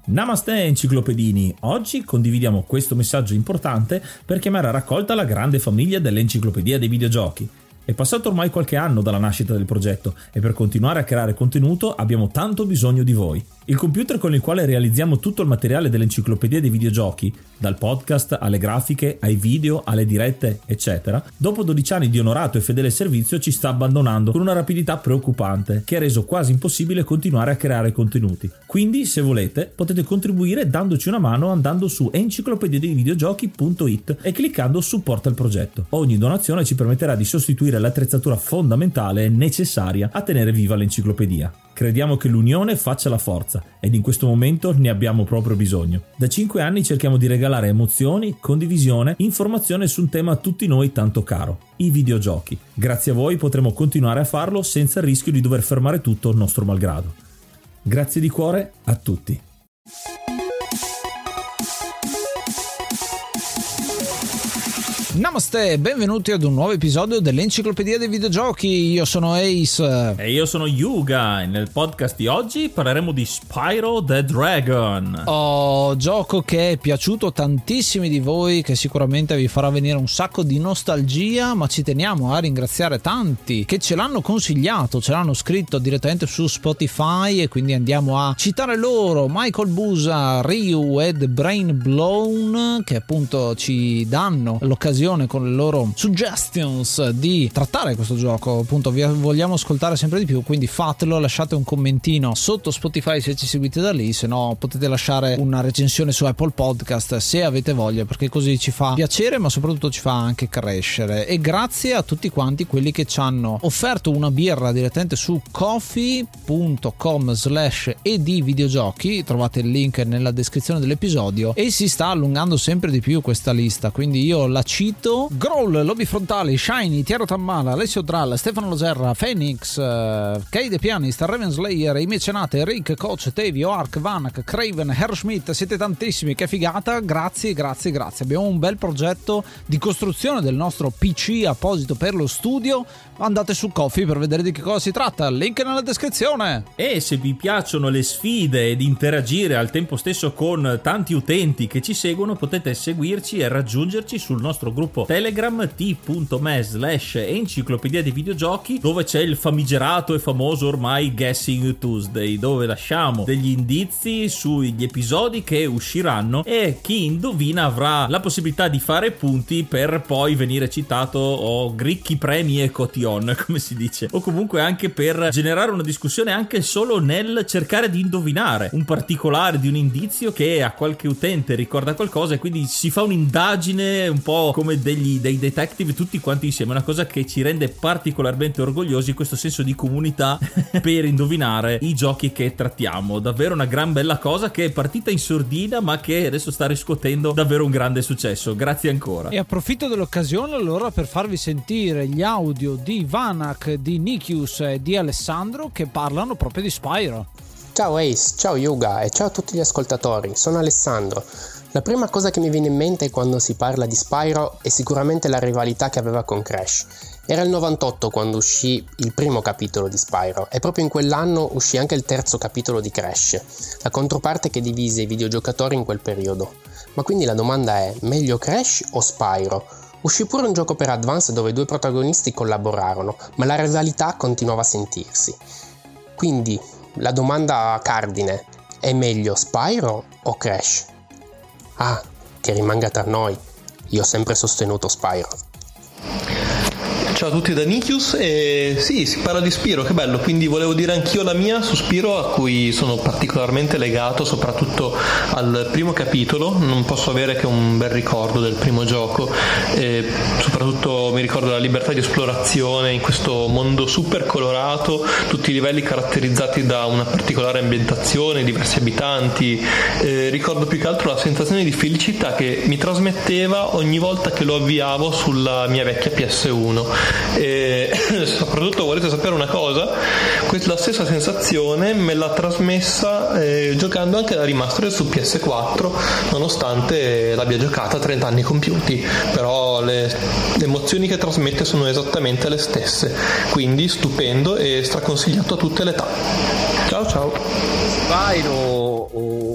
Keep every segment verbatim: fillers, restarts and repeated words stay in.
Namaste enciclopedini, oggi condividiamo questo messaggio importante per chiamare a raccolta la grande famiglia dell'Enciclopedia dei Videogiochi. È passato ormai qualche anno dalla nascita del progetto e per continuare a creare contenuto abbiamo tanto bisogno di voi. Il computer con il quale realizziamo tutto il materiale dell'Enciclopedia dei Videogiochi, dal podcast alle grafiche, ai video, alle dirette, eccetera, dopo dodici anni di onorato e fedele servizio ci sta abbandonando con una rapidità preoccupante che ha reso quasi impossibile continuare a creare contenuti. Quindi, se volete, potete contribuire dandoci una mano andando su enciclopedia dei videogiochi punto it e cliccando supporta il progetto. Ogni donazione ci permetterà di sostituire l'attrezzatura fondamentale e necessaria a tenere viva l'enciclopedia. Crediamo che l'unione faccia la forza ed in questo momento ne abbiamo proprio bisogno. Da cinque anni cerchiamo di regalare emozioni, condivisione, informazione su un tema a tutti noi tanto caro, i videogiochi. Grazie a voi potremo continuare a farlo senza il rischio di dover fermare tutto nostro malgrado. Grazie di cuore a tutti. Namaste, benvenuti ad un nuovo episodio dell'Enciclopedia dei Videogiochi. Io sono Ace e io sono Yuga e nel podcast di oggi parleremo di Spyro the Dragon. Oh, gioco che è piaciuto tantissimi di voi, che sicuramente vi farà venire un sacco di nostalgia, ma ci teniamo a ringraziare tanti che ce l'hanno consigliato, ce l'hanno scritto direttamente su Spotify e quindi andiamo a citare loro: Michael Busa, Ryu ed Brain Blown, che appunto ci danno l'occasione con le loro suggestions di trattare questo gioco. Appunto vi vogliamo ascoltare sempre di più, quindi fatelo, lasciate un commentino sotto Spotify se ci seguite da lì, se no potete lasciare una recensione su Apple Podcast se avete voglia, perché così ci fa piacere ma soprattutto ci fa anche crescere. E grazie a tutti quanti quelli che ci hanno offerto una birra direttamente su coffee punto com slash ed videogiochi, trovate il link nella descrizione dell'episodio, e si sta allungando sempre di più questa lista, quindi io la cito: Growl, Lobby Frontali, Shiny, Tiero Tammala, Alessio Drall, Stefano Loserra, Phoenix, uh, Kay The Pianist, Raven Slayer, I Mecenate, Rick, Coach, Tevio, Ark, Vanak, Craven, Herr Schmidt. Siete tantissimi, che figata, grazie, grazie, grazie. Abbiamo un bel progetto di costruzione del nostro P C apposito per lo studio. Andate su Coffee per vedere di che cosa si tratta, link nella descrizione. E se vi piacciono le sfide ed interagire al tempo stesso con tanti utenti che ci seguono, potete seguirci e raggiungerci sul nostro gruppo Telegram t.me slash enciclopedia dei videogiochi, dove c'è il famigerato e famoso ormai Guessing Tuesday, dove lasciamo degli indizi sugli episodi che usciranno e chi indovina avrà la possibilità di fare punti per poi venire citato o gricchi premi e cotillon, come si dice, o comunque anche per generare una discussione anche solo nel cercare di indovinare un particolare di un indizio che a qualche utente ricorda qualcosa, e quindi si fa un'indagine un po' come degli, dei detective tutti quanti insieme, una cosa che ci rende particolarmente orgogliosi, questo senso di comunità per indovinare i giochi che trattiamo. Davvero una gran bella cosa che è partita in sordina ma che adesso sta riscuotendo davvero un grande successo. Grazie ancora. E approfitto dell'occasione allora per farvi sentire gli audio di Vanak, di Nikius e di Alessandro che parlano proprio di Spyro. Ciao Ace, ciao Yuga e ciao a tutti gli ascoltatori, sono Alessandro. La prima cosa che mi viene in mente quando si parla di Spyro è sicuramente la rivalità che aveva con Crash. Era il novantotto quando uscì il primo capitolo di Spyro e proprio in quell'anno uscì anche il terzo capitolo di Crash, la controparte che divise i videogiocatori in quel periodo. Ma quindi la domanda è: meglio Crash o Spyro? Uscì pure un gioco per Advance dove i due protagonisti collaborarono, ma la rivalità continuava a sentirsi. Quindi la domanda cardine è: meglio Spyro o Crash? Ah, che rimanga tra noi, io ho sempre sostenuto Spyro. Ciao a tutti da Nikius, e sì, si parla di Spyro, che bello, quindi volevo dire anch'io la mia su Spyro, a cui sono particolarmente legato, soprattutto al primo capitolo. Non posso avere che un bel ricordo del primo gioco, e soprattutto mi ricordo la libertà di esplorazione in questo mondo super colorato, tutti i livelli caratterizzati da una particolare ambientazione, diversi abitanti. Eh, ricordo più che altro la sensazione di felicità che mi trasmetteva ogni volta che lo avviavo sulla mia vecchia P S uno. E soprattutto, volete sapere una cosa? Questa stessa sensazione me l'ha trasmessa eh, giocando anche la remastered su P S quattro, nonostante l'abbia giocata trenta anni compiuti, però le, le emozioni che trasmette sono esattamente le stesse, quindi stupendo e straconsigliato a tutte le età. Ciao ciao. Spyro o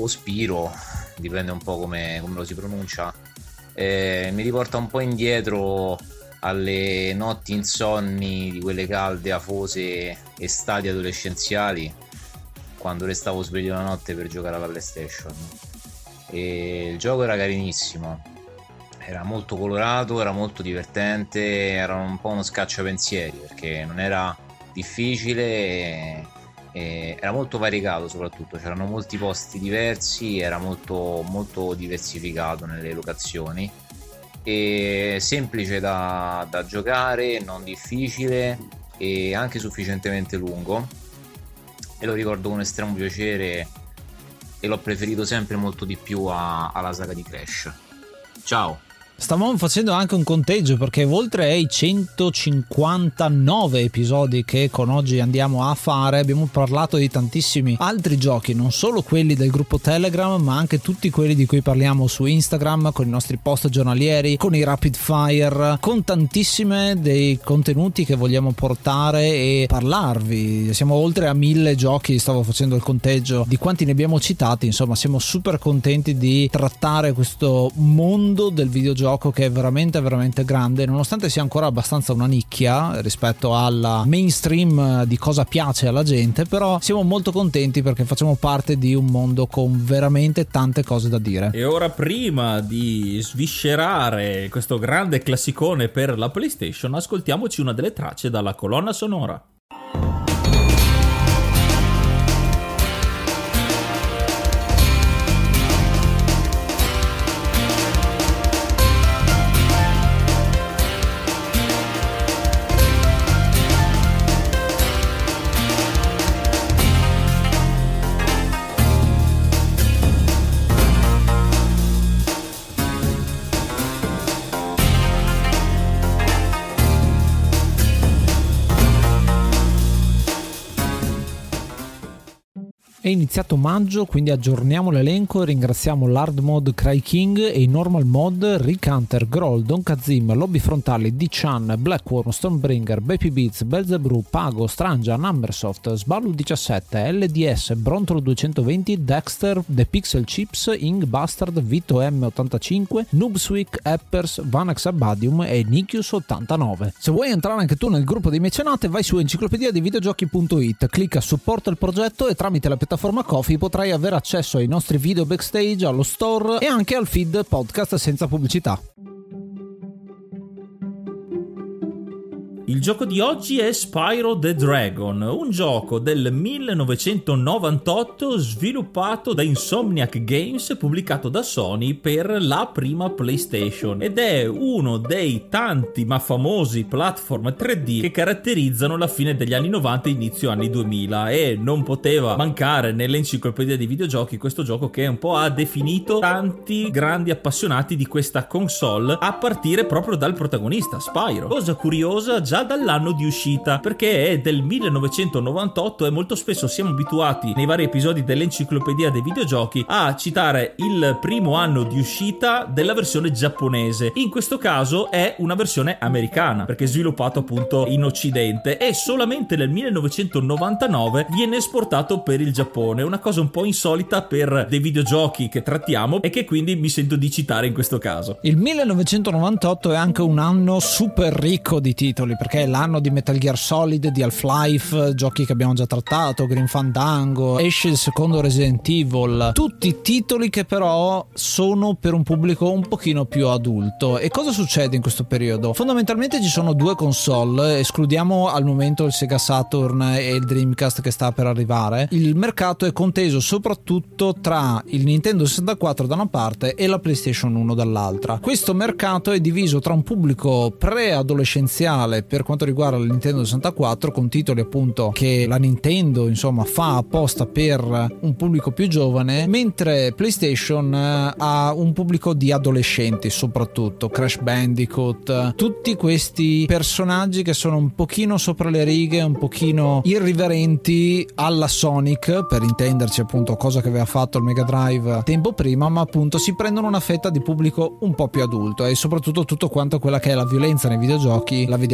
o Spyro, dipende un po' come, come lo si pronuncia, eh, mi riporta un po' indietro alle notti insonni di quelle calde, afose estati adolescenziali, quando restavo sveglio la notte per giocare alla PlayStation. E il gioco era carinissimo, era molto colorato, era molto divertente, era un po' uno scacciapensieri perché non era difficile e, e era molto variegato, soprattutto c'erano molti posti diversi, era molto, molto diversificato nelle locazioni e semplice da, da giocare, non difficile e anche sufficientemente lungo, e lo ricordo con estremo piacere e l'ho preferito sempre molto di più a, alla saga di Crash. Ciao. Stavamo facendo anche un conteggio, perché oltre ai centocinquantanove episodi che con oggi andiamo a fare abbiamo parlato di tantissimi altri giochi, non solo quelli del gruppo Telegram ma anche tutti quelli di cui parliamo su Instagram, con i nostri post giornalieri, con i rapid fire, con tantissime dei contenuti che vogliamo portare e parlarvi. Siamo oltre a mille giochi, stavo facendo il conteggio di quanti ne abbiamo citati. Insomma, siamo super contenti di trattare questo mondo del videogioco che è veramente veramente grande, nonostante sia ancora abbastanza una nicchia rispetto alla mainstream di cosa piace alla gente, però siamo molto contenti perché facciamo parte di un mondo con veramente tante cose da dire. E ora, prima di sviscerare questo grande classicone per la PlayStation, ascoltiamoci una delle tracce dalla colonna sonora. È iniziato maggio, quindi aggiorniamo l'elenco e ringraziamo l'hard mod Cry King e i normal mod Rick Hunter, Groll, Don Kazim, Lobby Frontali, D-Chan, Blackworm, Stonebringer, Baby Beats, Belzebrew, Pago, Strangia, Numbersoft, Sballu diciassette, L D S, Brontolo duecentoventi, Dexter, The Pixel Chips, Ing Bastard, Vito M ottantacinque, Noobswick, Eppers, Vanax Abadium e Nikius ottantanove. Se vuoi entrare anche tu nel gruppo dei mecenate, vai su enciclopedia dei videogiochi punto it, clicca supporta il progetto e tramite la piattaforma Ko-fi potrai avere accesso ai nostri video backstage, allo store e anche al feed podcast senza pubblicità. Il gioco di oggi è Spyro the Dragon, un gioco del millenovecentonovantotto sviluppato da Insomniac Games, pubblicato da Sony per la prima PlayStation, ed è uno dei tanti ma famosi platform tre D che caratterizzano la fine degli anni novanta e inizio anni duemila, e non poteva mancare nell'enciclopedia dei videogiochi questo gioco che un po' ha definito tanti grandi appassionati di questa console, a partire proprio dal protagonista Spyro. Cosa curiosa, già dall'anno di uscita, perché è del millenovecentonovantotto e molto spesso siamo abituati nei vari episodi dell'enciclopedia dei videogiochi a citare il primo anno di uscita della versione giapponese. In questo caso è una versione americana, perché è sviluppato appunto in occidente, e solamente nel millenovecentonovantanove viene esportato per il Giappone, una cosa un po' insolita per dei videogiochi che trattiamo e che quindi mi sento di citare in questo caso. Il millenovecentonovantotto è anche un anno super ricco di titoli, perché è l'anno di Metal Gear Solid, di Half-Life, giochi che abbiamo già trattato, Grim Fandango, esce il secondo Resident Evil, tutti titoli che però sono per un pubblico un pochino più adulto. E cosa succede in questo periodo? Fondamentalmente ci sono due console, escludiamo al momento il Sega Saturn e il Dreamcast che sta per arrivare. Il mercato è conteso soprattutto tra il Nintendo sessantaquattro da una parte e la PlayStation uno dall'altra. Questo mercato è diviso tra un pubblico preadolescenziale per quanto riguarda la Nintendo sessantaquattro, con titoli appunto che la Nintendo insomma fa apposta per un pubblico più giovane, mentre PlayStation ha un pubblico di adolescenti, soprattutto Crash Bandicoot, tutti questi personaggi che sono un pochino sopra le righe, un pochino irriverenti alla Sonic, per intenderci, appunto, cosa che aveva fatto il Mega Drive tempo prima, ma appunto si prendono una fetta di pubblico un po' più adulto, e soprattutto tutto quanto quella che è la violenza nei videogiochi la vediamo qua,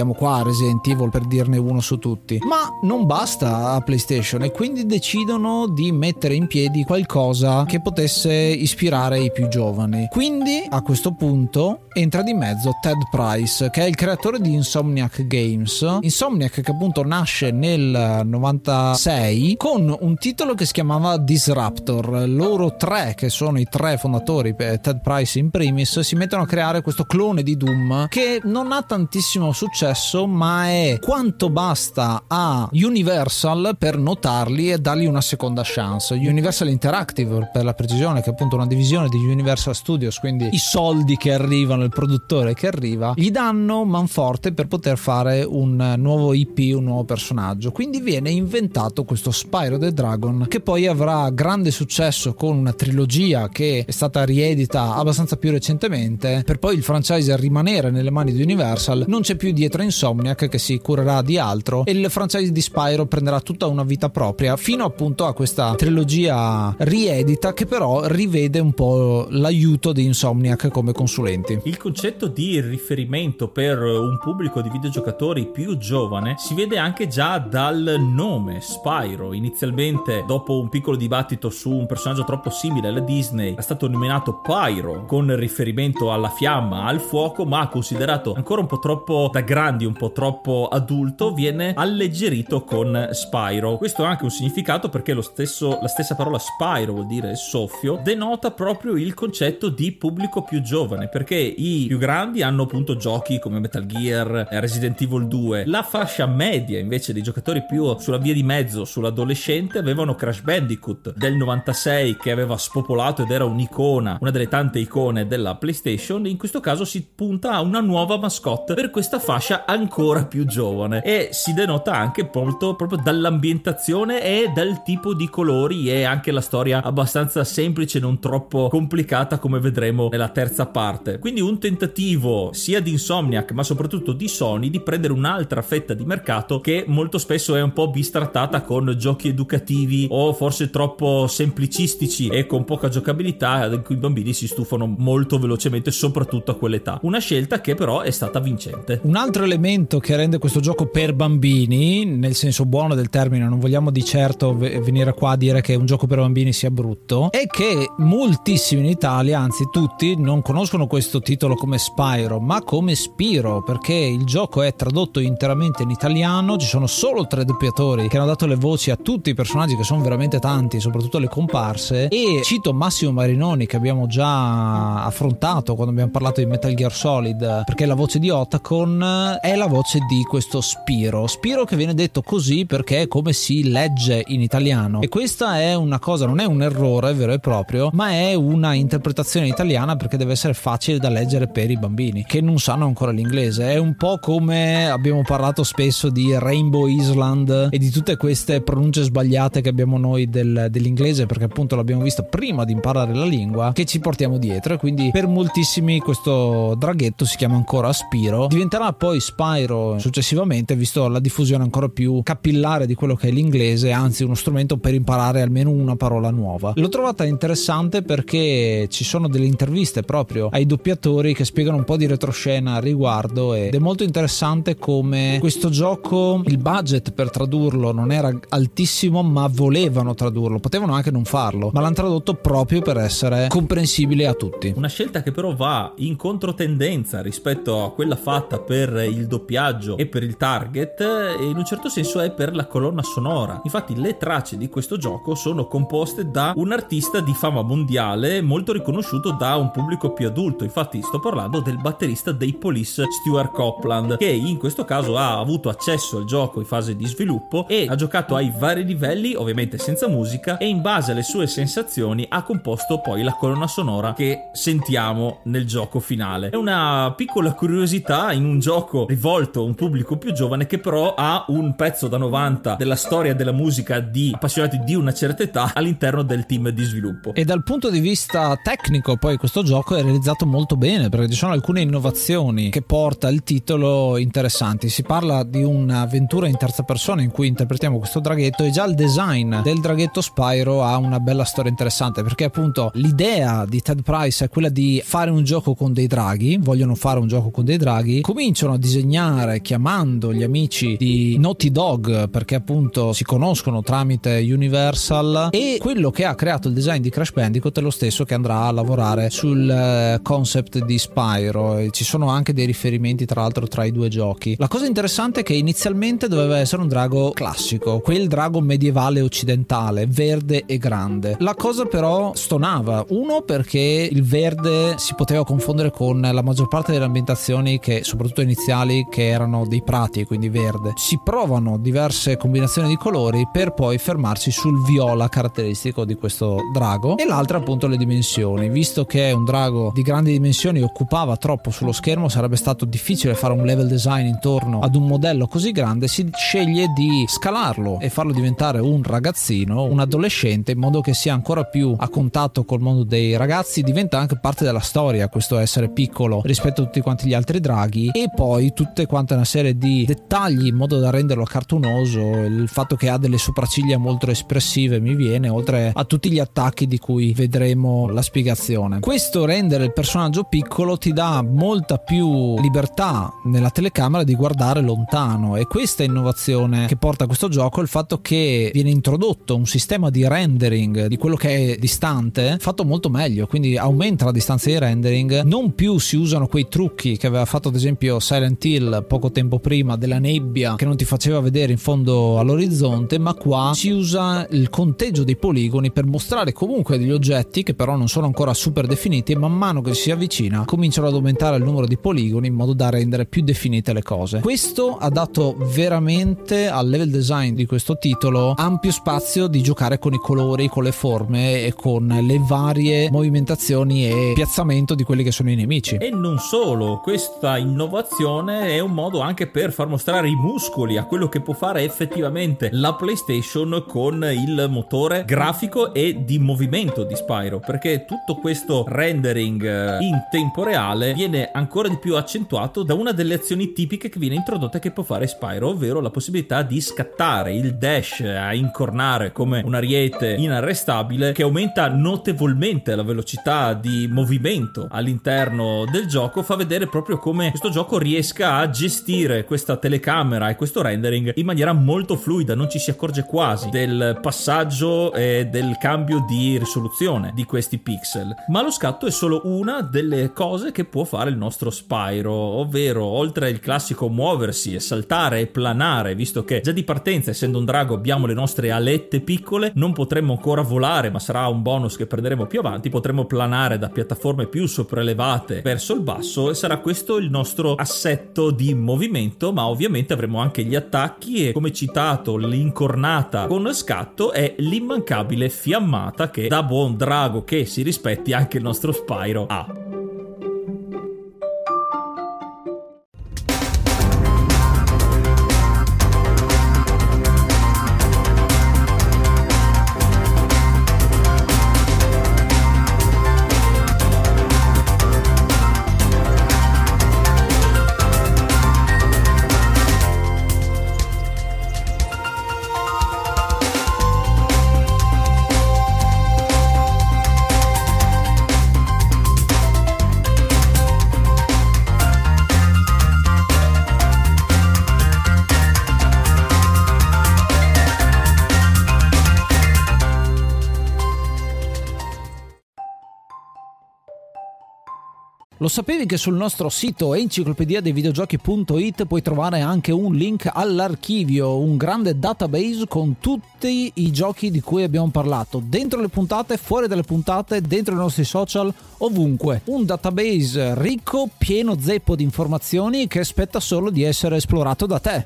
Resident Evil, per dirne uno su tutti. Ma non basta a PlayStation, e quindi decidono di mettere in piedi qualcosa che potesse ispirare i più giovani. Quindi a questo punto entra di mezzo Ted Price, che è il creatore di Insomniac Games. Insomniac che appunto nasce nel novantasei con un titolo che si chiamava Disruptor. Loro tre, che sono i tre fondatori, Ted Price in primis, si mettono a creare questo clone di Doom che non ha tantissimo successo, ma è quanto basta a Universal per notarli e dargli una seconda chance. Universal Interactive, per la precisione, che è appunto una divisione di Universal Studios, quindi i soldi che arrivano, il produttore che arriva, gli danno manforte per poter fare un nuovo I P, un nuovo personaggio. Quindi viene inventato questo Spyro the Dragon, che poi avrà grande successo con una trilogia che è stata riedita abbastanza più recentemente, per poi il franchise rimanere nelle mani di Universal. Non c'è più dietro Insomniac, che si curerà di altro, e il franchise di Spyro prenderà tutta una vita propria, fino appunto a questa trilogia riedita, che però rivede un po' l'aiuto di Insomniac come consulenti. Il concetto di riferimento per un pubblico di videogiocatori più giovane si vede anche già dal nome Spyro. Inizialmente, dopo un piccolo dibattito su un personaggio troppo simile alla Disney, è stato nominato Pyro con riferimento alla fiamma, al fuoco, ma considerato ancora un po' troppo da grandi, un po' troppo adulto, viene alleggerito con Spyro. Questo ha anche un significato, perché lo stesso, la stessa parola Spyro vuol dire soffio, denota proprio il concetto di pubblico più giovane, perché i più grandi hanno appunto giochi come Metal Gear, Resident Evil due. La fascia media invece dei giocatori più sulla via di mezzo, sull'adolescente, avevano Crash Bandicoot del novantasei, che aveva spopolato ed era un'icona, una delle tante icone della PlayStation. In questo caso si punta a una nuova mascotte per questa fascia ancora più giovane, e si denota anche molto proprio dall'ambientazione e dal tipo di colori, e anche la storia abbastanza semplice, non troppo complicata, come vedremo nella terza parte. Quindi un tentativo sia di Insomniac ma soprattutto di Sony di prendere un'altra fetta di mercato che molto spesso è un po' bistrattata con giochi educativi o forse troppo semplicistici e con poca giocabilità, in cui i bambini si stufano molto velocemente, soprattutto a quell'età. Una scelta che però è stata vincente. Un altro elemento che rende questo gioco per bambini, nel senso buono del termine, non vogliamo di certo venire qua a dire che un gioco per bambini sia brutto, è che moltissimi in Italia, anzi tutti, non conoscono questo titolo come Spyro ma come Spiro, perché il gioco è tradotto interamente in italiano. Ci sono solo tre doppiatori che hanno dato le voci a tutti i personaggi, che sono veramente tanti, soprattutto le comparse, e cito Massimo Marinoni, che abbiamo già affrontato quando abbiamo parlato di Metal Gear Solid, perché la voce di Otacon è la voce di questo Spiro Spiro che viene detto così perché è come si legge in italiano, e questa è una cosa, non è un errore vero e proprio, ma è una interpretazione italiana, perché deve essere facile da leggere per i bambini che non sanno ancora l'inglese. È un po' come abbiamo parlato spesso di Rainbow Island e di tutte queste pronunce sbagliate che abbiamo noi del, dell'inglese, perché appunto l'abbiamo visto prima di imparare la lingua, che ci portiamo dietro, e quindi per moltissimi questo draghetto si chiama ancora Spiro. Diventerà poi Spyro successivamente, visto la diffusione ancora più capillare di quello che è l'inglese, anzi uno strumento per imparare almeno una parola nuova. L'ho trovata interessante perché ci sono delle interviste proprio ai doppiatori che spiegano un po' di retroscena al riguardo, ed è molto interessante come questo gioco, il budget per tradurlo non era altissimo, ma volevano tradurlo, potevano anche non farlo, ma l'hanno tradotto proprio per essere comprensibile a tutti. Una scelta che però va in controtendenza rispetto a quella fatta per il doppiaggio e per il target, e in un certo senso è per la colonna sonora. Infatti le tracce di questo gioco sono composte da un artista di fama mondiale molto riconosciuto da un pubblico più adulto. Infatti sto parlando del batterista dei Police Stuart Copeland, che in questo caso ha avuto accesso al gioco in fase di sviluppo e ha giocato ai vari livelli, ovviamente senza musica, e in base alle sue sensazioni ha composto poi la colonna sonora che sentiamo nel gioco finale. È una piccola curiosità in un gioco rivolto a un pubblico più giovane, che però ha un pezzo da novanta della storia della musica di appassionati di una certa età all'interno del team di sviluppo. E dal punto di vista tecnico poi questo gioco è realizzato molto bene, perché ci sono alcune innovazioni che porta il titolo interessanti. Si parla di un'avventura in terza persona in cui interpretiamo questo draghetto, e già il design del draghetto Spyro ha una bella storia interessante, perché appunto l'idea di Ted Price è quella di fare un gioco con dei draghi, vogliono fare un gioco con dei draghi, cominciano a disegnare fare chiamando gli amici di Naughty Dog, perché appunto si conoscono tramite Universal, e quello che ha creato il design di Crash Bandicoot è lo stesso che andrà a lavorare sul concept di Spyro, e ci sono anche dei riferimenti tra l'altro tra i due giochi. La cosa interessante è che inizialmente doveva essere un drago classico, quel drago medievale occidentale, verde e grande. La cosa però stonava, uno perché il verde si poteva confondere con la maggior parte delle ambientazioni, che soprattutto iniziali, che erano dei prati e quindi verde. Si provano diverse combinazioni di colori per poi fermarsi sul viola caratteristico di questo drago, e l'altra appunto le dimensioni. Visto che un drago di grandi dimensioni occupava troppo sullo schermo, sarebbe stato difficile fare un level design intorno ad un modello così grande, si sceglie di scalarlo e farlo diventare un ragazzino, un adolescente, in modo che sia ancora più a contatto col mondo dei ragazzi. Diventa anche parte della storia questo essere piccolo rispetto a tutti quanti gli altri draghi, e poi tutte quante una serie di dettagli in modo da renderlo cartunoso. Il fatto che ha delle sopracciglia molto espressive mi viene, oltre a tutti gli attacchi di cui vedremo la spiegazione. Questo rendere il personaggio piccolo ti dà molta più libertà nella telecamera di guardare lontano, e questa innovazione che porta a questo gioco è il fatto che viene introdotto un sistema di rendering di quello che è distante fatto molto meglio, quindi aumenta la distanza di rendering. Non più si usano quei trucchi che aveva fatto ad esempio Silent Hill poco tempo prima, della nebbia che non ti faceva vedere in fondo all'orizzonte, ma qua si usa il conteggio dei poligoni per mostrare comunque degli oggetti che però non sono ancora super definiti, e man mano che si avvicina cominciano ad aumentare il numero di poligoni in modo da rendere più definite le cose. Questo ha dato veramente al level design di questo titolo ampio spazio di giocare con i colori, con le forme e con le varie movimentazioni e piazzamento di quelli che sono i nemici. E non solo, questa innovazione è un modo anche per far mostrare i muscoli a quello che può fare effettivamente la PlayStation con il motore grafico e di movimento di Spyro, perché tutto questo rendering in tempo reale viene ancora di più accentuato da una delle azioni tipiche che viene introdotta che può fare Spyro, ovvero la possibilità di scattare, il dash, a incornare come un ariete inarrestabile, che aumenta notevolmente la velocità di movimento all'interno del gioco. Fa vedere proprio come questo gioco riesca a gestire questa telecamera e questo rendering in maniera molto fluida, non ci si accorge quasi del passaggio e del cambio di risoluzione di questi pixel. Ma lo scatto è solo una delle cose che può fare il nostro Spyro, ovvero oltre il classico muoversi e saltare e planare, visto che già di partenza, essendo un drago, abbiamo le nostre alette piccole, non potremmo ancora volare, ma sarà un bonus che prenderemo più avanti. Potremo planare da piattaforme più sopraelevate verso il basso, e sarà questo il nostro assetto di movimento. Ma ovviamente avremo anche gli attacchi, e come citato l'incornata con scatto è l'immancabile fiammata che da buon drago che si rispetti anche il nostro Spyro ha. Lo sapevi che sul nostro sito enciclopedia dei videogiochi punto it puoi trovare anche un link all'archivio, un grande database con tutti i giochi di cui abbiamo parlato, dentro le puntate, fuori dalle puntate, dentro i nostri social, ovunque. Un database ricco, pieno zeppo di informazioni che aspetta solo di essere esplorato da te.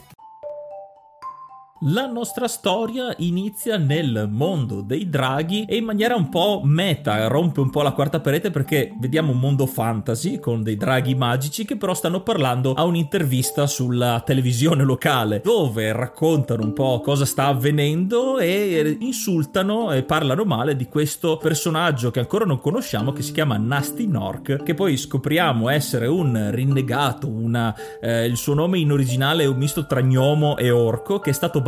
La nostra storia inizia nel mondo dei draghi e in maniera un po' meta, rompe un po' la quarta parete, perché vediamo un mondo fantasy con dei draghi magici che però stanno parlando a un'intervista sulla televisione locale, dove raccontano un po' cosa sta avvenendo e insultano e parlano male di questo personaggio che ancora non conosciamo, che si chiama Gnasty Gnorc, che poi scopriamo essere un rinnegato, una, eh, il suo nome in originale è un misto tra gnomo e orco, che è stato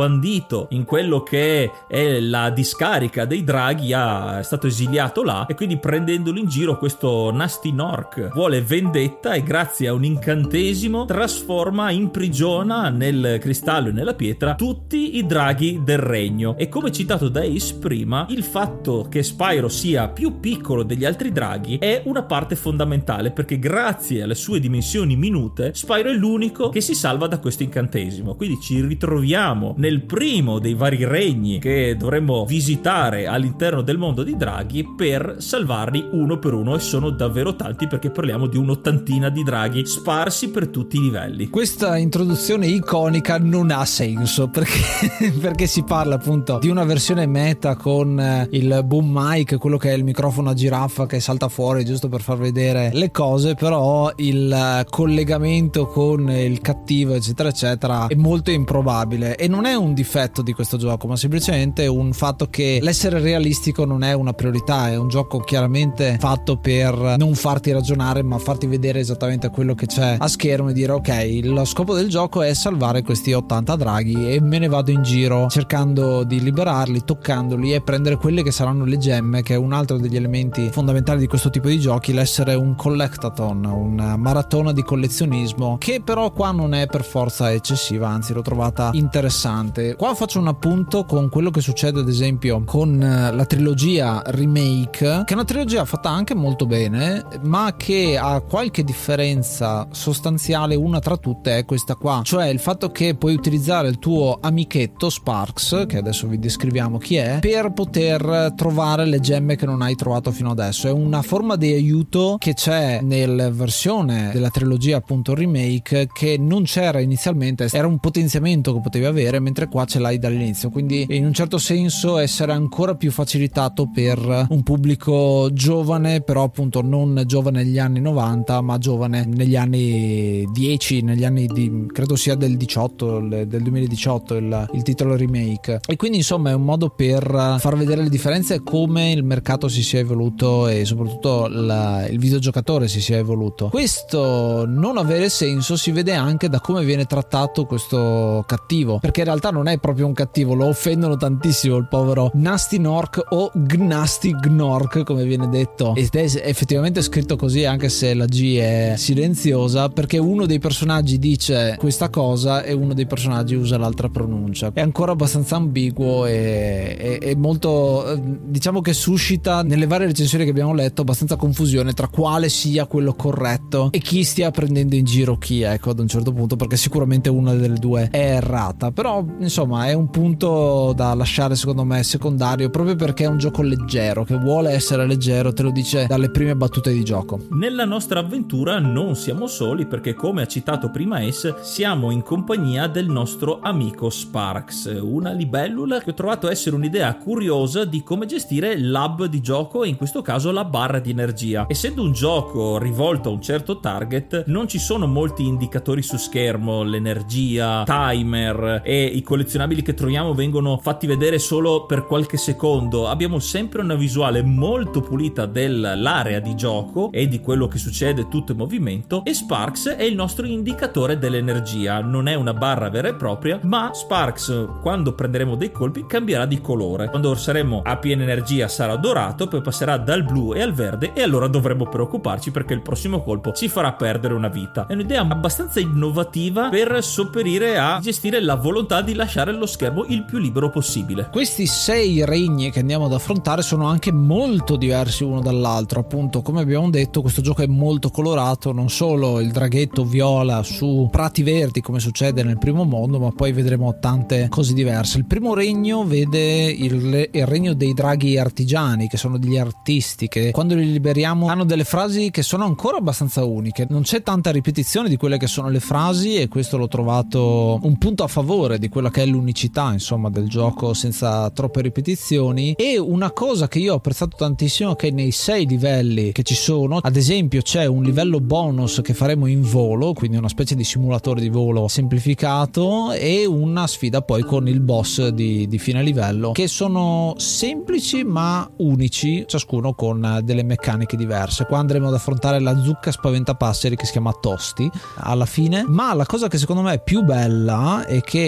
bandito in quello che è la discarica dei draghi, ha, è stato esiliato là, e quindi prendendolo in giro questo Nasty Nork vuole vendetta e grazie a un incantesimo trasforma, imprigiona nel cristallo e nella pietra tutti i draghi del regno. E come citato da Ace prima, il fatto che Spyro sia più piccolo degli altri draghi è una parte fondamentale, perché grazie alle sue dimensioni minute Spyro è l'unico che si salva da questo incantesimo. Quindi ci ritroviamo nel primo dei vari regni che dovremmo visitare all'interno del mondo di draghi per salvarli uno per uno, e sono davvero tanti perché parliamo di un'ottantina di draghi sparsi per tutti i livelli. Questa introduzione iconica non ha senso perché, perché si parla appunto di una versione meta con il boom mic, quello che è il microfono a giraffa che salta fuori giusto per far vedere le cose, però il collegamento con il cattivo eccetera eccetera è molto improbabile, e non è un difetto di questo gioco ma semplicemente un fatto che l'essere realistico non è una priorità. È un gioco chiaramente fatto per non farti ragionare ma farti vedere esattamente quello che c'è a schermo e dire ok, lo scopo del gioco è salvare questi ottanta draghi e me ne vado in giro cercando di liberarli, toccandoli e prendere quelle che saranno le gemme, che è un altro degli elementi fondamentali di questo tipo di giochi, l'essere un collectathon, una maratona di collezionismo, che però qua non è per forza eccessiva, anzi l'ho trovata interessante. Qua faccio un appunto con quello che succede ad esempio con la trilogia remake, che è una trilogia fatta anche molto bene ma che ha qualche differenza sostanziale. Una tra tutte è questa qua, cioè il fatto che puoi utilizzare il tuo amichetto Sparx, che adesso vi descriviamo chi è, per poter trovare le gemme che non hai trovato fino adesso. È una forma di aiuto che c'è nella versione della trilogia appunto remake, che non c'era inizialmente, era un potenziamento che potevi avere, mentre qua ce l'hai dall'inizio, quindi in un certo senso essere ancora più facilitato per un pubblico giovane, però appunto non giovane negli anni novanta ma giovane negli anni dieci, negli anni di credo sia del diciotto, del duemiladiciotto il, il titolo remake. E quindi insomma è un modo per far vedere le differenze e come il mercato si sia evoluto e soprattutto la, il videogiocatore si sia evoluto. Questo non avere senso si vede anche da come viene trattato questo cattivo, perché in realtà non è proprio un cattivo, lo offendono tantissimo il povero Nasty Nork o Gnasty Gnork come viene detto, ed è effettivamente scritto così anche se la G è silenziosa, perché uno dei personaggi dice questa cosa e uno dei personaggi usa l'altra pronuncia. È ancora abbastanza ambiguo e, e, e molto, diciamo che suscita nelle varie recensioni che abbiamo letto abbastanza confusione tra quale sia quello corretto e chi stia prendendo in giro chi, ecco, ad un certo punto, perché sicuramente una delle due è errata. Però insomma è un punto da lasciare secondo me secondario, proprio perché è un gioco leggero, che vuole essere leggero, te lo dice dalle prime battute di gioco. Nella nostra avventura non siamo soli, perché come ha citato prima Ace siamo in compagnia del nostro amico Sparx, una libellula che ho trovato essere un'idea curiosa di come gestire l'hub di gioco, e in questo caso la barra di energia. Essendo un gioco rivolto a un certo target non ci sono molti indicatori su schermo, l'energia, timer e i collezionabili che troviamo vengono fatti vedere solo per qualche secondo. Abbiamo sempre una visuale molto pulita dell'area di gioco e di quello che succede tutto in movimento, e Sparx è il nostro indicatore dell'energia. Non è una barra vera e propria, ma Sparx quando prenderemo dei colpi cambierà di colore. Quando saremo a piena energia sarà dorato, poi passerà dal blu e al verde, e allora dovremo preoccuparci perché il prossimo colpo ci farà perdere una vita. È un'idea abbastanza innovativa per sopperire a gestire la volontà di lasciare lo schermo il più libero possibile. Questi sei regni che andiamo ad affrontare sono anche molto diversi uno dall'altro. Appunto, come abbiamo detto, questo gioco è molto colorato, non solo il draghetto viola su prati verdi come succede nel primo mondo, ma poi vedremo tante cose diverse. Il primo regno vede il, il regno dei draghi artigiani, che sono degli artisti che quando li liberiamo hanno delle frasi che sono ancora abbastanza uniche. Non c'è tanta ripetizione di quelle che sono le frasi, e questo l'ho trovato un punto a favore di quella che è l'unicità insomma del gioco, senza troppe ripetizioni. E una cosa che io ho apprezzato tantissimo è che nei sei livelli che ci sono, ad esempio c'è un livello bonus che faremo in volo, quindi una specie di simulatore di volo semplificato, e una sfida poi con il boss di, di fine livello, che sono semplici ma unici, ciascuno con delle meccaniche diverse. Qua andremo ad affrontare la zucca spaventapasseri che si chiama Tosti alla fine, ma la cosa che secondo me è più bella e che mi ha dato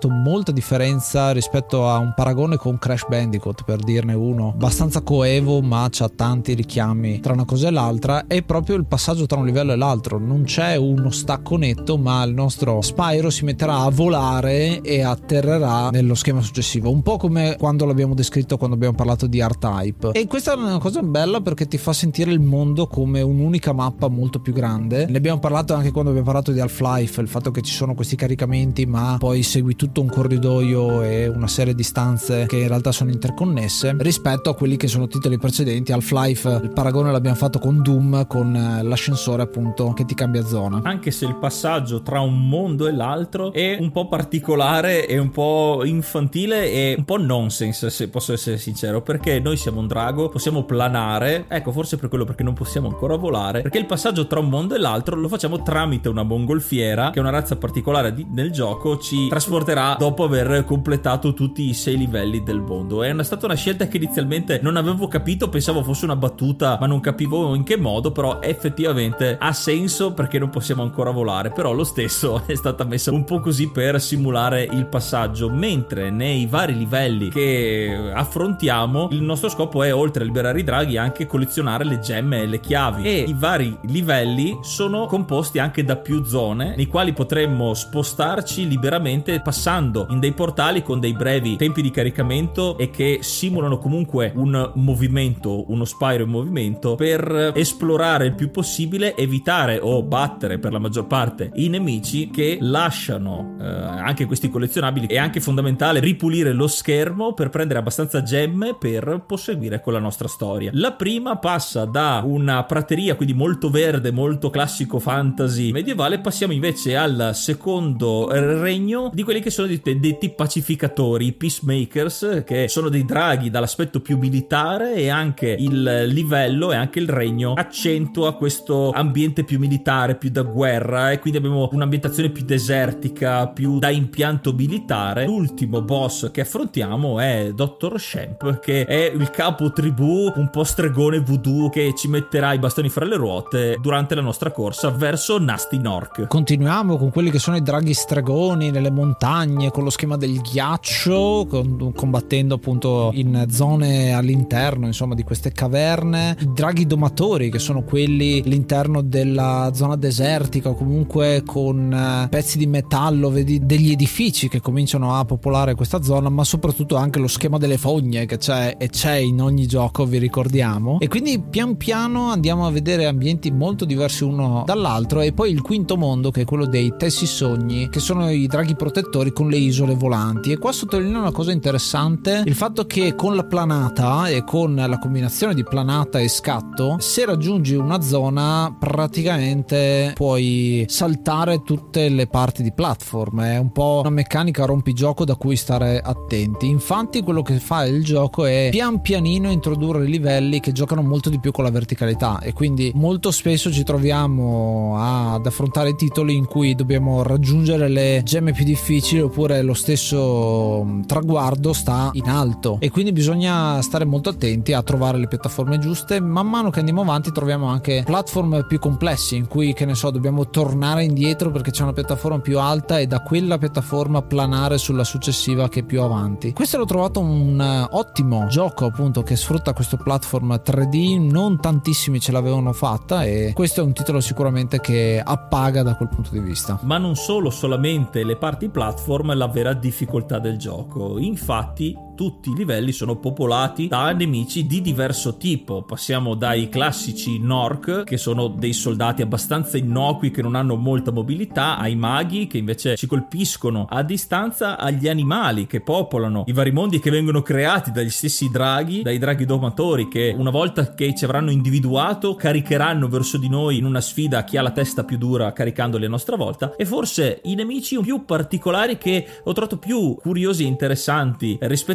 notato molta differenza rispetto a un paragone con Crash Bandicoot, per dirne uno abbastanza coevo ma c'ha tanti richiami tra una cosa e l'altra, è proprio il passaggio tra un livello e l'altro. Non c'è uno stacco netto, ma il nostro Spyro si metterà a volare e atterrerà nello schema successivo, un po' come quando l'abbiamo descritto quando abbiamo parlato di R-Type. E questa è una cosa bella perché ti fa sentire il mondo come un'unica mappa molto più grande. Ne abbiamo parlato anche quando abbiamo parlato di Half-Life, il fatto che ci sono questi caricamenti ma poi segui tutto un corridoio e una serie di stanze che in realtà sono interconnesse, rispetto a quelli che sono titoli precedenti. Half-Life, il paragone l'abbiamo fatto con Doom, con l'ascensore appunto che ti cambia zona. Anche se il passaggio tra un mondo e l'altro è un po' particolare e un po' infantile e un po' nonsense, se posso essere sincero, perché noi siamo un drago, possiamo planare, ecco, forse per quello perché non possiamo ancora volare, perché il passaggio tra un mondo e l'altro lo facciamo tramite una mongolfiera, che è una razza particolare di, nel gioco ci trasporterà dopo aver completato tutti i sei livelli del mondo. È una, stata una scelta che inizialmente non avevo capito, pensavo fosse una battuta ma non capivo in che modo, però effettivamente ha senso perché non possiamo ancora volare, però lo stesso è stata messa un po' così per simulare il passaggio, mentre nei vari livelli che affrontiamo il nostro scopo è, oltre a liberare i draghi, anche collezionare le gemme e le chiavi, e i vari livelli sono composti anche da più zone nei quali potremmo spostarci liberamente passando in dei portali con dei brevi tempi di caricamento e che simulano comunque un movimento, uno Spyro in movimento, per esplorare il più possibile, evitare o battere per la maggior parte i nemici che lasciano eh, anche questi collezionabili. È anche fondamentale ripulire lo schermo per prendere abbastanza gemme per proseguire con la nostra storia. La prima passa da una prateria, quindi molto verde, molto classico fantasy medievale, passiamo invece al secondo regno di quelli che sono detti pacificatori, i peacemakers, che sono dei draghi dall'aspetto più militare, e anche il livello e anche il regno accentua questo ambiente più militare, più da guerra, e quindi abbiamo un'ambientazione più desertica, più da impianto militare. L'ultimo boss che affrontiamo è Doctor Shemp, che è il capo tribù un po' stregone voodoo che ci metterà i bastoni fra le ruote durante la nostra corsa verso Nasty Nork. Continuiamo con quelli che sono i draghi stregoni nelle montagne con lo schema del ghiaccio, con, combattendo appunto in zone all'interno insomma di queste caverne. I draghi domatori, che sono quelli all'interno della zona desertica o comunque con eh, pezzi di metallo, vedi degli edifici che cominciano a popolare questa zona, ma soprattutto anche lo schema delle fogne che c'è e c'è in ogni gioco, vi ricordiamo. E quindi pian piano andiamo a vedere ambienti molto diversi uno dall'altro. E poi il quinto mondo, che è quello dei Tessisogni, che sono i draghi protettori con le isole volanti. E qua sottolineo una cosa interessante, il fatto che con la planata e con la combinazione di planata e scatto, se raggiungi una zona praticamente puoi saltare tutte le parti di platform. È un po' una meccanica rompigioco da cui stare attenti. Infatti quello che fa il gioco è pian pianino introdurre livelli che giocano molto di più con la verticalità, e quindi molto spesso ci troviamo ad affrontare titoli in cui dobbiamo raggiungere le gemme più difficili, oppure lo stesso traguardo sta in alto, e quindi bisogna stare molto attenti a trovare le piattaforme giuste. Man mano che andiamo avanti troviamo anche platform più complessi in cui, che ne so, dobbiamo tornare indietro perché c'è una piattaforma più alta e da quella piattaforma planare sulla successiva che è più avanti. Questo l'ho trovato un ottimo gioco appunto che sfrutta questo platform tre D, non tantissimi ce l'avevano fatta, e questo è un titolo sicuramente che appaga da quel punto di vista. Ma non solo solamente le parti platform la vera difficoltà del gioco, infatti tutti i livelli sono popolati da nemici di diverso tipo. Passiamo dai classici Nork, che sono dei soldati abbastanza innocui che non hanno molta mobilità, ai maghi che invece ci colpiscono a distanza, agli animali che popolano i vari mondi che vengono creati dagli stessi draghi, dai draghi domatori che una volta che ci avranno individuato caricheranno verso di noi in una sfida a chi ha la testa più dura caricandoli a nostra volta. E forse i nemici più particolari che ho trovato più curiosi e interessanti rispetto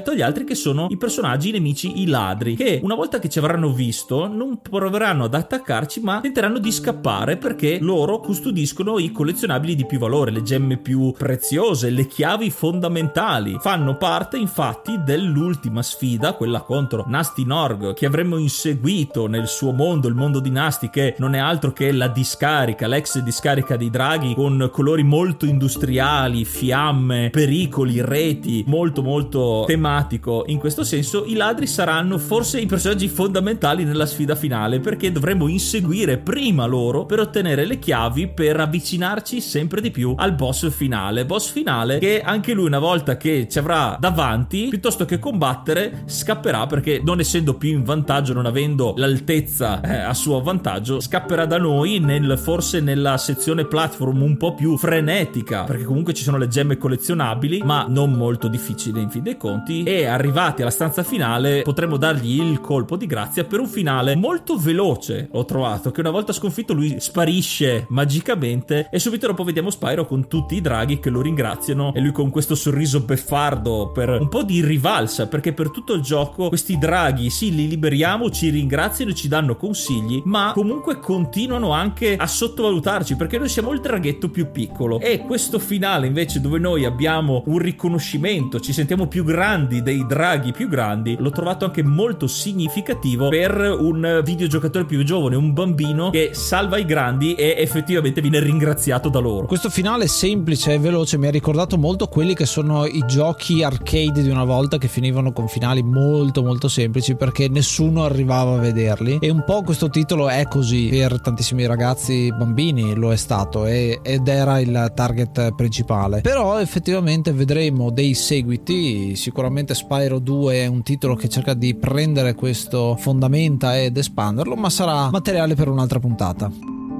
rispetto agli altri, che sono i personaggi, i nemici, i ladri, che una volta che ci avranno visto non proveranno ad attaccarci, ma tenteranno di scappare, perché loro custodiscono i collezionabili di più valore, le gemme più preziose, le chiavi fondamentali. Fanno parte infatti dell'ultima sfida, quella contro Gnasty Gnorg, che avremmo inseguito nel suo mondo, il mondo di Gnasty, che non è altro che la discarica, l'ex discarica dei draghi, con colori molto industriali, fiamme, pericoli, reti, molto molto tematico. In questo senso i ladri saranno forse i personaggi fondamentali nella sfida finale, perché dovremo inseguire prima loro per ottenere le chiavi per avvicinarci sempre di più al boss finale. Boss finale che anche lui, una volta che ci avrà davanti, piuttosto che combattere, scapperà, perché non essendo più in vantaggio, non avendo l'altezza eh, a suo vantaggio, scapperà da noi nel, forse nella sezione platform un po' più frenetica, perché comunque ci sono le gemme collezionabili, ma non molto difficile in fin dei conti, e arrivati alla stanza finale potremo dargli il colpo di grazia per un finale molto veloce. Ho trovato che una volta sconfitto lui sparisce magicamente e subito dopo vediamo Spyro con tutti i draghi che lo ringraziano, e lui con questo sorriso beffardo per un po' di rivalsa, perché per tutto il gioco questi draghi sì, li liberiamo, ci ringraziano, ci danno consigli, ma comunque continuano anche a sottovalutarci, perché noi siamo il draghetto più piccolo. E questo finale invece, dove noi abbiamo un riconoscimento, ci sentiamo più grandi dei draghi più grandi, l'ho trovato anche molto significativo per un videogiocatore più giovane, un bambino che salva i grandi e effettivamente viene ringraziato da loro. Questo finale semplice e veloce mi ha ricordato molto quelli che sono i giochi arcade di una volta, che finivano con finali molto molto semplici perché nessuno arrivava a vederli, e un po' questo titolo è così per tantissimi ragazzi, bambini lo è stato, e, ed era il target principale. Però effettivamente vedremo dei seguiti. Sicuramente Spyro due è un titolo che cerca di prendere questo fondamenta ed espanderlo, ma sarà materiale per un'altra puntata.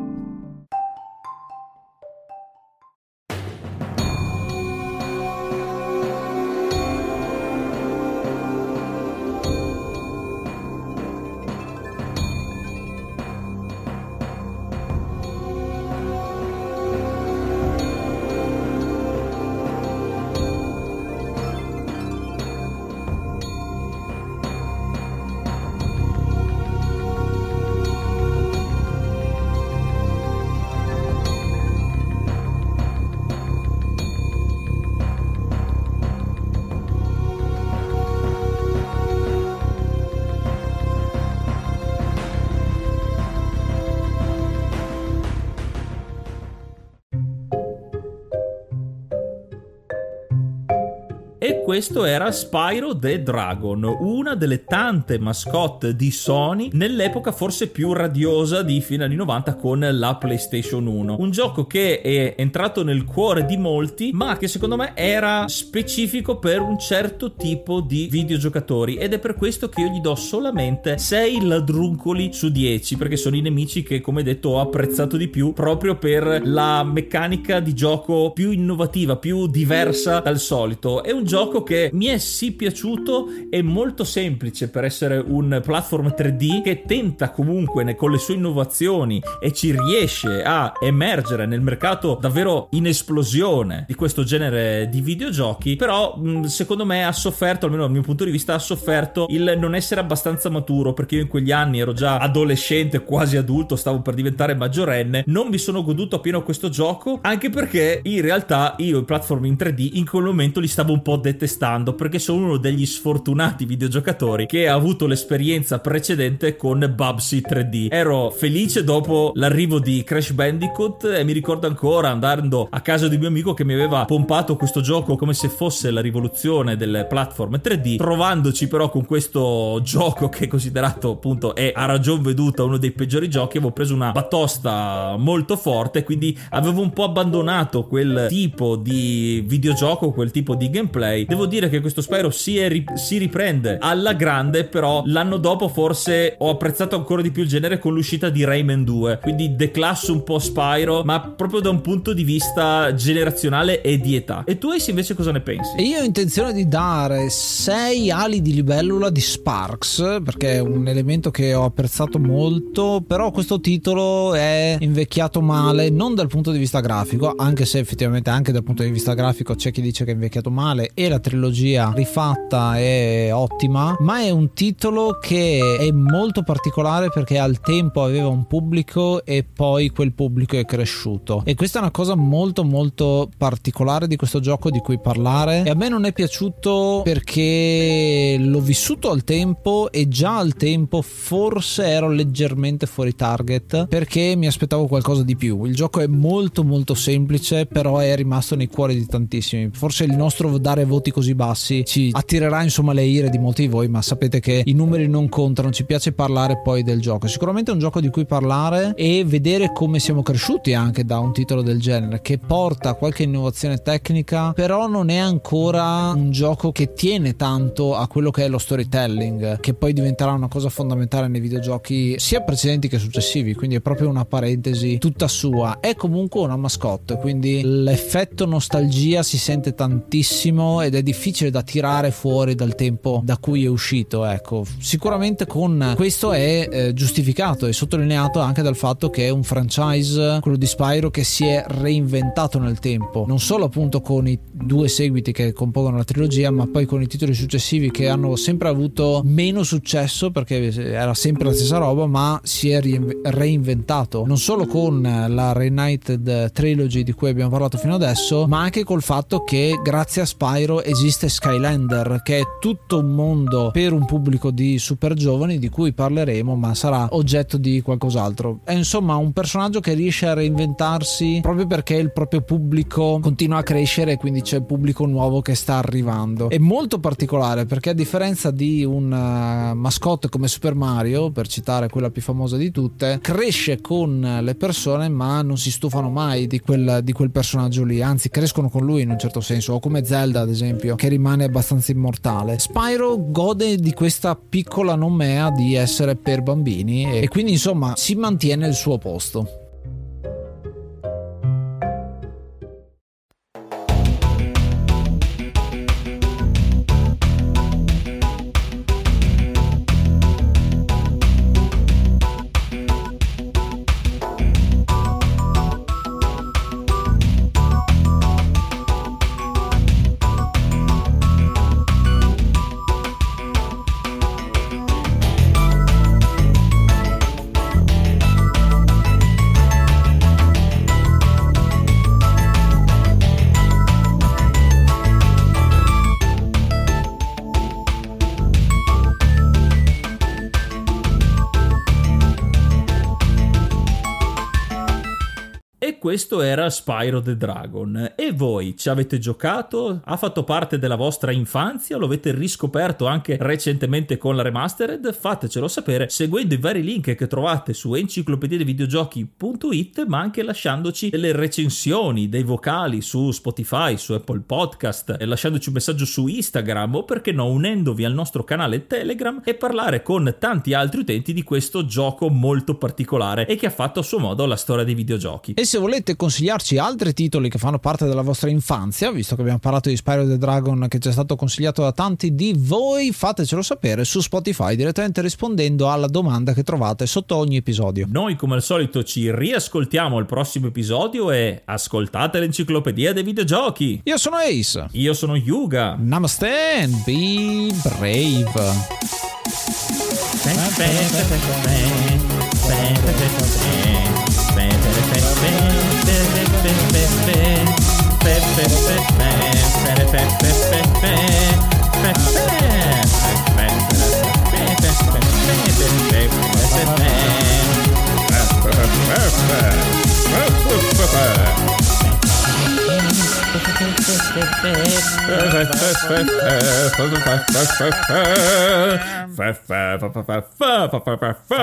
E questo era Spyro the Dragon, una delle tante mascotte di Sony nell'epoca forse più radiosa di fine anni novanta con la PlayStation uno. Un gioco che è entrato nel cuore di molti, ma che secondo me era specifico per un certo tipo di videogiocatori, ed è per questo che io gli do solamente sei ladruncoli su dieci, perché sono i nemici che, come detto, ho apprezzato di più, proprio per la meccanica di gioco più innovativa, più diversa dal solito. È un gioco che mi è sì piaciuto, è molto semplice per essere un platform tre D, che tenta comunque con le sue innovazioni e ci riesce a emergere nel mercato davvero in esplosione di questo genere di videogiochi. Però secondo me ha sofferto, almeno dal mio punto di vista, ha sofferto il non essere abbastanza maturo, perché io in quegli anni ero già adolescente, quasi adulto, stavo per diventare maggiorenne, non mi sono goduto appieno questo gioco, anche perché in realtà io i platform in tre D in quel momento li stavo un po' detestando, perché sono uno degli sfortunati videogiocatori che ha avuto l'esperienza precedente con Bubsy tre D. Ero felice dopo l'arrivo di Crash Bandicoot e mi ricordo ancora andando a casa di mio amico che mi aveva pompato questo gioco come se fosse la rivoluzione delle platform tre D, trovandoci però con questo gioco che è considerato appunto, è a ragion veduta, uno dei peggiori giochi. Avevo preso una batosta molto forte, quindi avevo un po' abbandonato quel tipo di videogioco, quel tipo di gameplay. Devo dire che questo Spyro si, è, si riprende alla grande, però l'anno dopo forse ho apprezzato ancora di più il genere con l'uscita di Rayman due, quindi declasso un po' Spyro, ma proprio da un punto di vista generazionale e di età. E tu, Ace, invece cosa ne pensi? E io ho intenzione di dare sei ali di libellula di Sparks, perché è un elemento che ho apprezzato molto, però questo titolo è invecchiato male, non dal punto di vista grafico, anche se effettivamente anche dal punto di vista grafico c'è chi dice che è invecchiato male, e che la trilogia rifatta è ottima, ma è un titolo che è molto particolare perché al tempo aveva un pubblico e poi quel pubblico è cresciuto, e questa è una cosa molto molto particolare di questo gioco di cui parlare. E a me non è piaciuto perché l'ho vissuto al tempo e già al tempo forse ero leggermente fuori target, perché mi aspettavo qualcosa di più. Il gioco è molto molto semplice, però è rimasto nei cuori di tantissimi. Forse il nostro dare voti così bassi ci attirerà insomma le ire di molti di voi, ma sapete che i numeri non contano, ci piace parlare poi del gioco. Sicuramente è un gioco di cui parlare e vedere come siamo cresciuti anche da un titolo del genere, che porta qualche innovazione tecnica, però non è ancora un gioco che tiene tanto a quello che è lo storytelling, che poi diventerà una cosa fondamentale nei videogiochi sia precedenti che successivi, quindi è proprio una parentesi tutta sua. È comunque una mascotte, quindi l'effetto nostalgia si sente tantissimo ed è difficile da tirare fuori dal tempo da cui è uscito. Ecco, sicuramente con questo è eh, giustificato e sottolineato anche dal fatto che è un franchise, quello di Spyro, che si è reinventato nel tempo, non solo appunto con i due seguiti che compongono la trilogia, ma poi con i titoli successivi che hanno sempre avuto meno successo perché era sempre la stessa roba, ma si è reinventato non solo con la Reunited Trilogy di cui abbiamo parlato fino adesso, ma anche col fatto che grazie a Spyro esiste Skylander, che è tutto un mondo per un pubblico di super giovani di cui parleremo, ma sarà oggetto di qualcos'altro. È insomma un personaggio che riesce a reinventarsi proprio perché il proprio pubblico continua a crescere e quindi c'è pubblico nuovo che sta arrivando. È molto particolare perché a differenza di un mascotte come Super Mario, per citare quella più famosa di tutte, cresce con le persone ma non si stufano mai di quel, di quel personaggio lì, anzi crescono con lui in un certo senso, o come Zelda ad esempio, che rimane abbastanza immortale. Spyro gode di questa piccola nomea di essere per bambini e quindi insomma si mantiene il suo posto. Questo era Spyro the Dragon. E voi ci avete giocato? Ha fatto parte della vostra infanzia? Lo avete riscoperto anche recentemente con la remastered? Fatecelo sapere seguendo i vari link che trovate su enciclopedia dei videogiochi punto it, ma anche lasciandoci delle recensioni, dei vocali su Spotify, su Apple Podcast, e lasciandoci un messaggio su Instagram, o perché no unendovi al nostro canale Telegram e parlare con tanti altri utenti di questo gioco molto particolare e che ha fatto a suo modo la storia dei videogiochi. E se volete consigliarci altri titoli che fanno parte della vostra infanzia, visto che abbiamo parlato di Spyro the Dragon che ci è stato consigliato da tanti di voi, fatecelo sapere su Spotify direttamente rispondendo alla domanda che trovate sotto ogni episodio. Noi come al solito ci riascoltiamo al prossimo episodio e ascoltate l'enciclopedia dei videogiochi. Io sono Ace. Io sono Yuga. Namaste and be brave.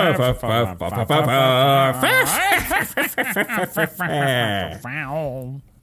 Wow.